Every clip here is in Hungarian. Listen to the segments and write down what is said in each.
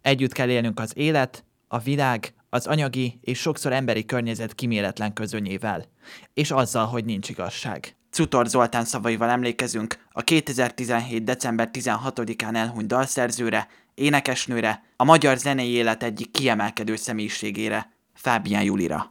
Együtt kell élnünk az élet, a világ, az anyagi és sokszor emberi környezet kíméletlen közönyével, és azzal, hogy nincs igazság. Czutor Zoltán szavaival emlékezünk a 2017. december 16-án elhunyt dalszerzőre, énekesnőre, a magyar zenei élet egyik kiemelkedő személyiségére, Fábián Julira.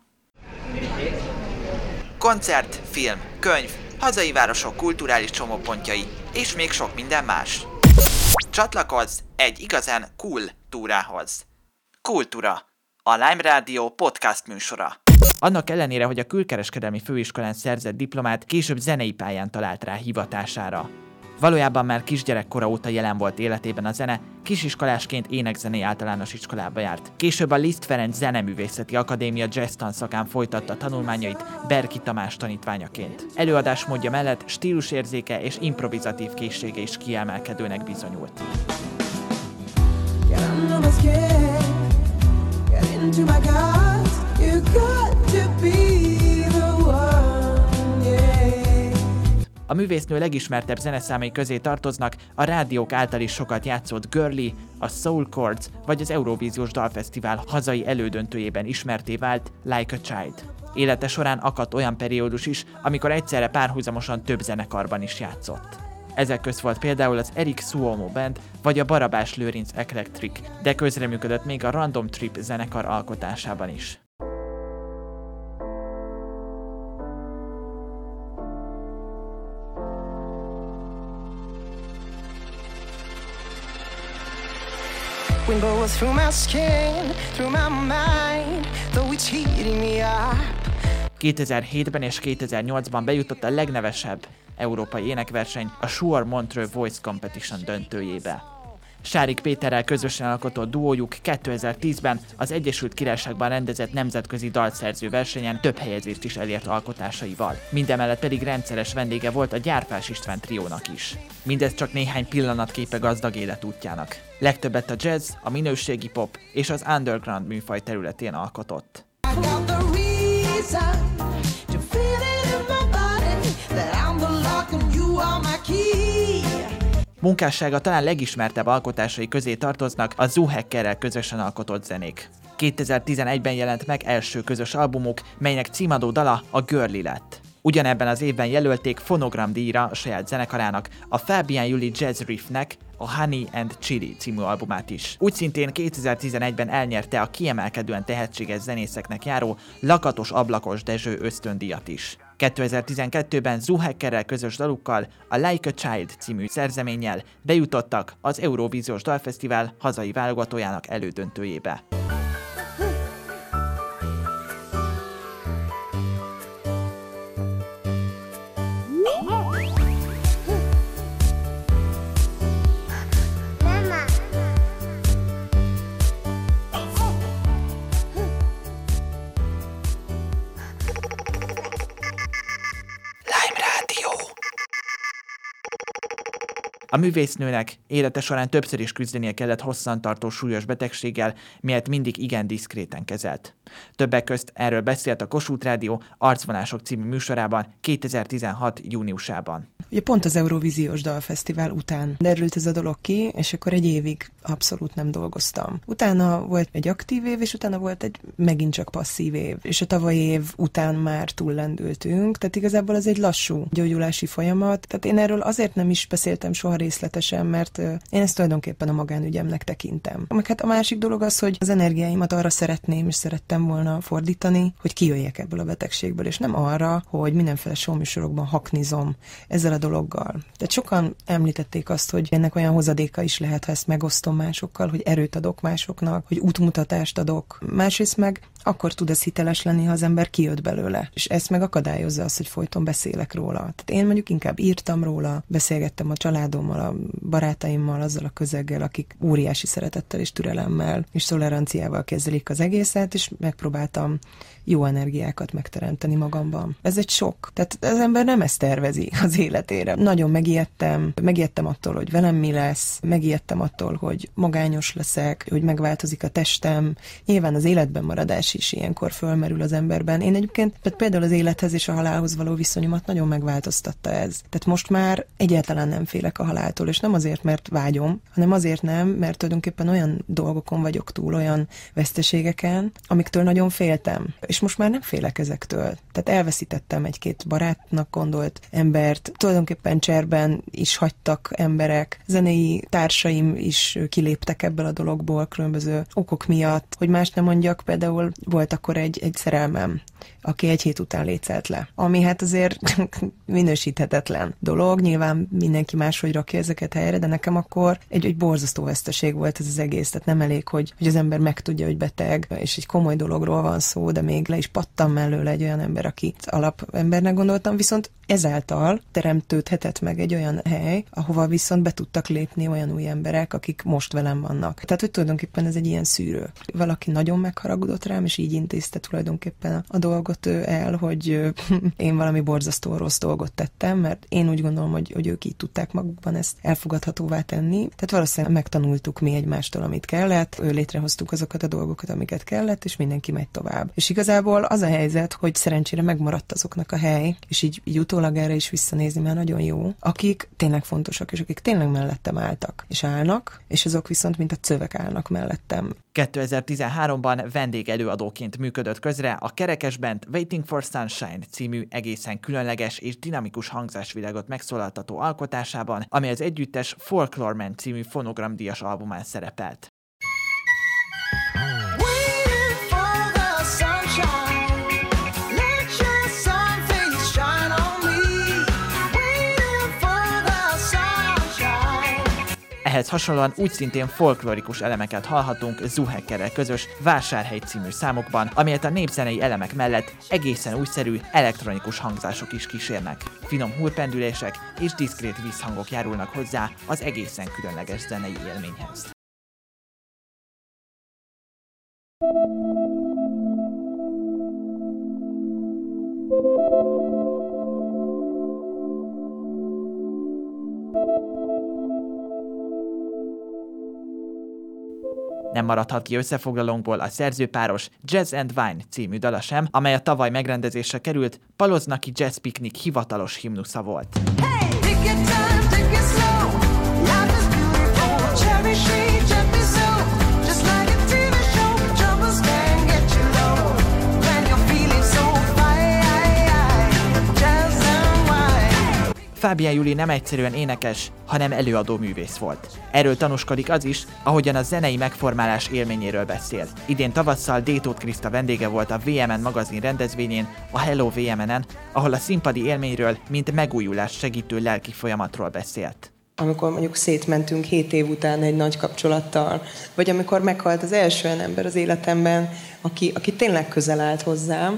Koncert, film, könyv, hazai városok kulturális csomópontjai, és még sok minden más. Csatlakozz egy igazán cool túrához. Kultúra, a Lime Radio podcast műsora. Annak ellenére, hogy a külkereskedelmi főiskolán szerzett diplomát később zenei pályán talált rá hivatására. Valójában már kisgyerekkora óta jelen volt életében a zene, kisiskolásként énekzenei általános iskolába járt. Később a Liszt Ferenc Zeneművészeti Akadémia jazz tanszakán folytatta tanulmányait Berki Tamás tanítványaként. Előadásmódja mellett stílusérzéke és improvizatív készsége is kiemelkedőnek bizonyult. A művésznő legismertebb zeneszámai közé tartoznak a rádiók által is sokat játszott Girly, a Soul Chords vagy az Eurovíziós Dalfesztivál hazai elődöntőjében ismertté vált Like a Child. Élete során akadt olyan periódus is, amikor egyszerre párhuzamosan több zenekarban is játszott. Ezek közt volt például az Eric Suomo Band vagy a Barabás Lőrinc Eclectric, de közreműködött még a Random Trip zenekar alkotásában is. Wind blows through my skin, through my mind, though it's heating me up. 2007-ben és 2008-ban bejutott a legnevesebb európai énekverseny, a Shure Montreux Voice Competition döntőjébe. Sárik Péterrel közösen alkotott duójuk 2010-ben az Egyesült Királyságban rendezett nemzetközi dalszerző versenyen több helyezést is elért alkotásaival. Mindemellett pedig rendszeres vendége volt a Gyárfás István triónak is. Mindez csak néhány pillanatképe gazdag életútjának. Legtöbbet a jazz, a minőségi pop és az underground műfaj területén alkotott. Munkássága talán legismertebb alkotásai közé tartoznak a Zoo Hackerrel közösen alkotott zenék. 2011-ben jelent meg első közös albumuk, melynek címadó dala a Girly lett. Ugyanebben az évben jelölték fonogramdíjra a saját zenekarának, a Fábián Juli Jazz Riffnek a Honey and Chili című albumát is. Úgy szintén 2011-ben elnyerte a kiemelkedően tehetséges zenészeknek járó Lakatos Ablakos Dezső ösztöndíjat is. 2012-ben Zoo Hackerrel közös dalukkal, a Like a Child című szerzeménnyel bejutottak az Eurovíziós Dalfesztivál hazai válogatójának elődöntőjébe. A művésznőnek élete során többször is küzdenie kellett hosszantartó súlyos betegséggel, miért mindig igen diszkréten kezelt. Többek közt erről beszélt a Kossuth Rádió Arcvonások című műsorában 2016. júniusában. Ugye pont az Eurovíziós Dalfesztivál után derült ez a dolog ki, és akkor egy évig abszolút nem dolgoztam. Utána volt egy aktív év, és utána volt egy megint csak passzív év. És a tavalyi év után már túllendültünk, tehát igazából ez egy lassú gyógyulási folyamat. Tehát én erről azért nem is beszéltem soha részletesen, mert én ezt tulajdonképpen a magánügyemnek tekintem. Meg hát a másik dolog az, hogy az energiáimat arra szeretném, és szerettem volna fordítani, hogy kijöjjek ebből a betegségből, és nem arra, hogy mindenféle showműsorokban haknizom ezzel a dologgal. Tehát sokan említették azt, hogy ennek olyan hozadéka is lehet, ha ezt megosztom másokkal, hogy erőt adok másoknak, hogy útmutatást adok. Másrészt meg akkor tud ez hiteles lenni, ha az ember kijött belőle. És ezt meg akadályozza azt, hogy folyton beszélek róla. Tehát én mondjuk inkább írtam róla, beszélgettem a családommal, a barátaimmal, azzal a közeggel, akik óriási szeretettel és türelemmel és toleranciával kezelik az egészet, és megpróbáltam jó energiákat megteremteni magamban. Ez egy sok. Tehát az ember nem ezt tervezi az életére. Nagyon megijedtem attól, hogy velem mi lesz, megijedtem attól, hogy magányos leszek, hogy megváltozik a testem. Nyilván az életben maradás félés is ilyenkor fölmerül az emberben. Én egyébként például az élethez és a halálhoz való viszonyomat nagyon megváltoztatta ez. Tehát most már egyáltalán nem félek a haláltól, és nem azért, mert vágyom, hanem azért nem, mert tulajdonképpen olyan dolgokon vagyok túl, olyan veszteségeken, amiktől nagyon féltem. És most már nem félek ezektől. Tehát elveszítettem egy-két barátnak gondolt embert, tulajdonképpen cserben is hagytak emberek, zenei társaim is kiléptek ebből a dologból különböző okok miatt, hogy más nem mondjak, például volt akkor egy szerelmem, aki egy hét után lécelt le. Ami hát azért minősíthetetlen dolog, nyilván mindenki máshogy rakja ezeket helyre, de nekem akkor egy borzasztó veszteség volt ez az egész, tehát nem elég, hogy az ember megtudja, hogy beteg, és egy komoly dologról van szó, de még le is pattam mellőle egy olyan ember, akit alapembernek gondoltam, viszont ezáltal teremtődhetett meg egy olyan hely, ahova viszont be tudtak lépni olyan új emberek, akik most velem vannak. Tehát, hogy tulajdonképpen ez egy ilyen szűrő. Valaki nagyon megharagudott rám, és így intézte tulajdonképpen a dolgot el, hogy én valami borzasztó rossz dolgot tettem, mert én úgy gondolom, hogy ők így tudták magukban ezt elfogadhatóvá tenni. Tehát valószínűleg megtanultuk mi egymástól, amit kellett, létrehoztuk azokat a dolgokat, amiket kellett, és mindenki megy tovább. És igazából az a helyzet, hogy szerencsére megmaradt azoknak a hely, és így utólag erre is visszanézni már nagyon jó, akik tényleg fontosak, és akik tényleg mellettem álltak, és állnak, és azok viszont mint a cövek állnak mellettem. 2013-ban vendégelőadóként működött közre a Kerekes Band Waiting for Sunshine című egészen különleges és dinamikus hangzásvilágot megszólaltató alkotásában, amely az együttes Folklore Man című fonogramdíjas albumán szerepelt. Ehhez hasonlóan úgy szintén folklorikus elemeket hallhatunk Zuhekkerrel közös Vásárhely című számokban, amelyet a népzenei elemek mellett egészen újszerű elektronikus hangzások is kísérnek. Finom húrpendülések és diszkrét vízhangok járulnak hozzá az egészen különleges zenei élményhez. Nem maradhat ki összefoglalónkból a szerzőpáros Jazz and Wine című dala sem, amely a tavaly megrendezésre került Paloznaki Jazz Picnic hivatalos himnusza volt. Fábián Juli nem egyszerűen énekes, hanem előadó művész volt. Erről tanúskodik az is, ahogyan a zenei megformálás élményéről beszél. Idén tavasszal D. Tóth Kriszta vendége volt a VMN magazin rendezvényén, a Hello VMN-en, ahol a színpadi élményről, mint megújulást segítő lelki folyamatról beszélt. Amikor mondjuk szétmentünk 7 év után egy nagy kapcsolattal, vagy amikor meghalt az első olyan ember az életemben, aki tényleg közel állt hozzám,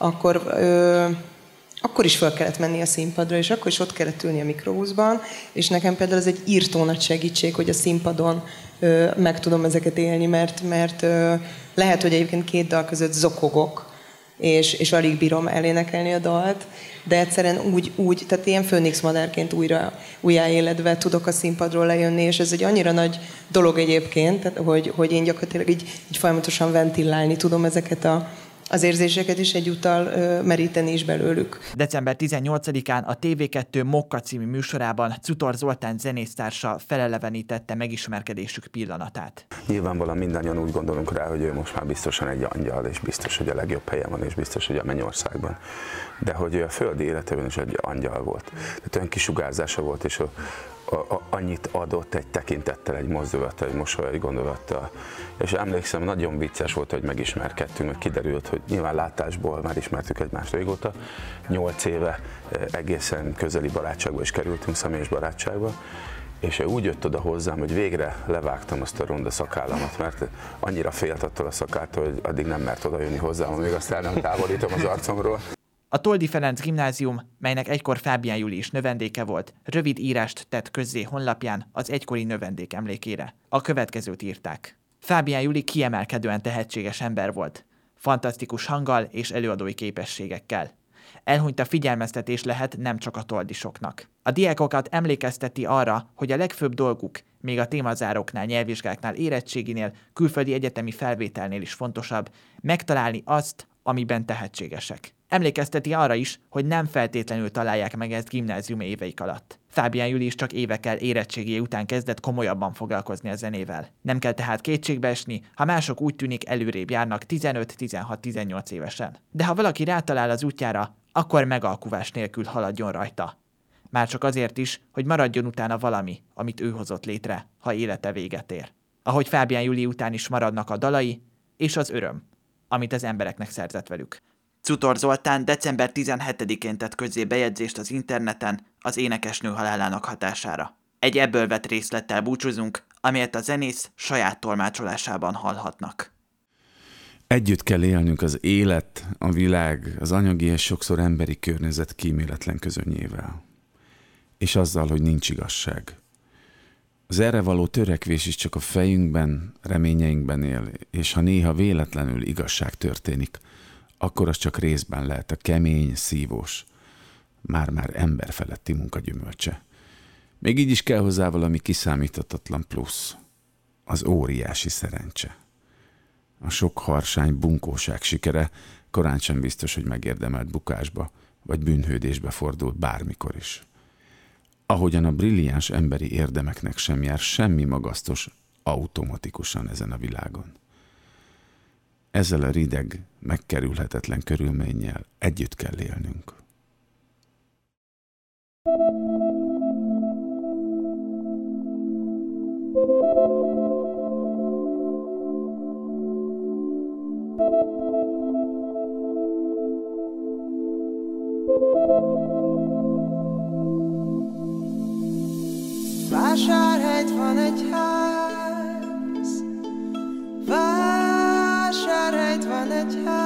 akkor is fel kellett menni a színpadra, és akkor is ott kellett ülni a mikrobuszban, és nekem például ez egy írtó nagy segítség, hogy a színpadon meg tudom ezeket élni, mert lehet, hogy egyébként 2 dal között zokogok, és alig bírom elénekelni a dalt, de egyszerűen úgy tehát ilyen főnix madárként újjáéledve tudok a színpadról lejönni, és ez egy annyira nagy dolog egyébként, tehát, hogy én gyakorlatilag így folyamatosan ventilálni tudom ezeket az érzéseket is egyúttal meríteni is belőlük. December 18-án a TV2 Mokka című műsorában Cutor Zoltán zenésztársa felelevenítette megismerkedésük pillanatát. Nyilvánvalóan mindannyian úgy gondolunk rá, hogy ő most már biztosan egy angyal, és biztos, hogy a legjobb helyen van, és biztos, hogy a mennyországban. De hogy ő a földi életében is egy angyal volt. Tehát olyan kisugárzása volt, és annyit adott egy tekintettel, egy mozdulattal, egy mosolyal, egy gondolattal. És emlékszem, nagyon vicces volt, hogy megismerkedtünk, mert kiderült, hogy nyilván látásból már ismertük egymást régóta. 8 éve egészen közeli barátságba is kerültünk, személyes barátságba. És ő úgy jött oda hozzám, hogy végre levágtam azt a ronda szakállamat, mert annyira félt attól a szakától, hogy addig nem mert oda jönni hozzám, amíg azt el nem távolítom az arcomról. A Toldy Ferenc Gimnázium, melynek egykor Fábián Juli is növendéke volt, rövid írást tett közzé honlapján az egykori növendék emlékére. A következőt írták. Fábián Juli kiemelkedően tehetséges ember volt. Fantasztikus hanggal és előadói képességekkel. Elhunyt a figyelmeztetés lehet nem csak a toldisoknak. A diákokat emlékezteti arra, hogy a legfőbb dolguk, még a témazáróknál, nyelvvizsgáknál, érettséginél, külföldi egyetemi felvételnél is fontosabb, megtalálni azt, amiben tehetségesek. Emlékezteti arra is, hogy nem feltétlenül találják meg ezt gimnázium éveik alatt. Fábián Júli is csak évekkel érettségi után kezdett komolyabban foglalkozni a zenével. Nem kell tehát kétségbe esni, ha mások úgy tűnik előrébb járnak 15-16-18 évesen. De ha valaki rátalál az útjára, akkor megalkuvás nélkül haladjon rajta. Már csak azért is, hogy maradjon utána valami, amit ő hozott létre, ha élete véget ér. Ahogy Fábián Júli után is maradnak a dalai, és az öröm, amit az embereknek szerzett velük. Cutor Zoltán december 17-én tett közzé bejegyzést az interneten az énekesnő halálának hatására. Egy ebből vett részlettel búcsúzunk, amelyet a zenész saját tolmácsolásában hallhatnak. Együtt kell élnünk az élet, a világ, az anyagi és sokszor emberi környezet kíméletlen közönyével. És azzal, hogy nincs igazság. Az erre való törekvés is csak a fejünkben, reményeinkben él, és ha néha véletlenül igazság történik, akkor az csak részben lehet a kemény, szívós, már-már emberfeletti munka gyümölcse. Még így is kell hozzá valami kiszámíthatatlan plusz, az óriási szerencse. A sok harsány bunkóság sikere korán sem biztos, hogy megérdemelt bukásba, vagy bűnhődésbe fordult bármikor is. Ahogyan a brilliáns emberi érdemeknek sem jár semmi magasztos automatikusan ezen a világon. Ezzel a rideg, megkerülhetetlen körülménnyel együtt kell élnünk. Vásárhelyt van egy ház, vásárhelyt van egy ház.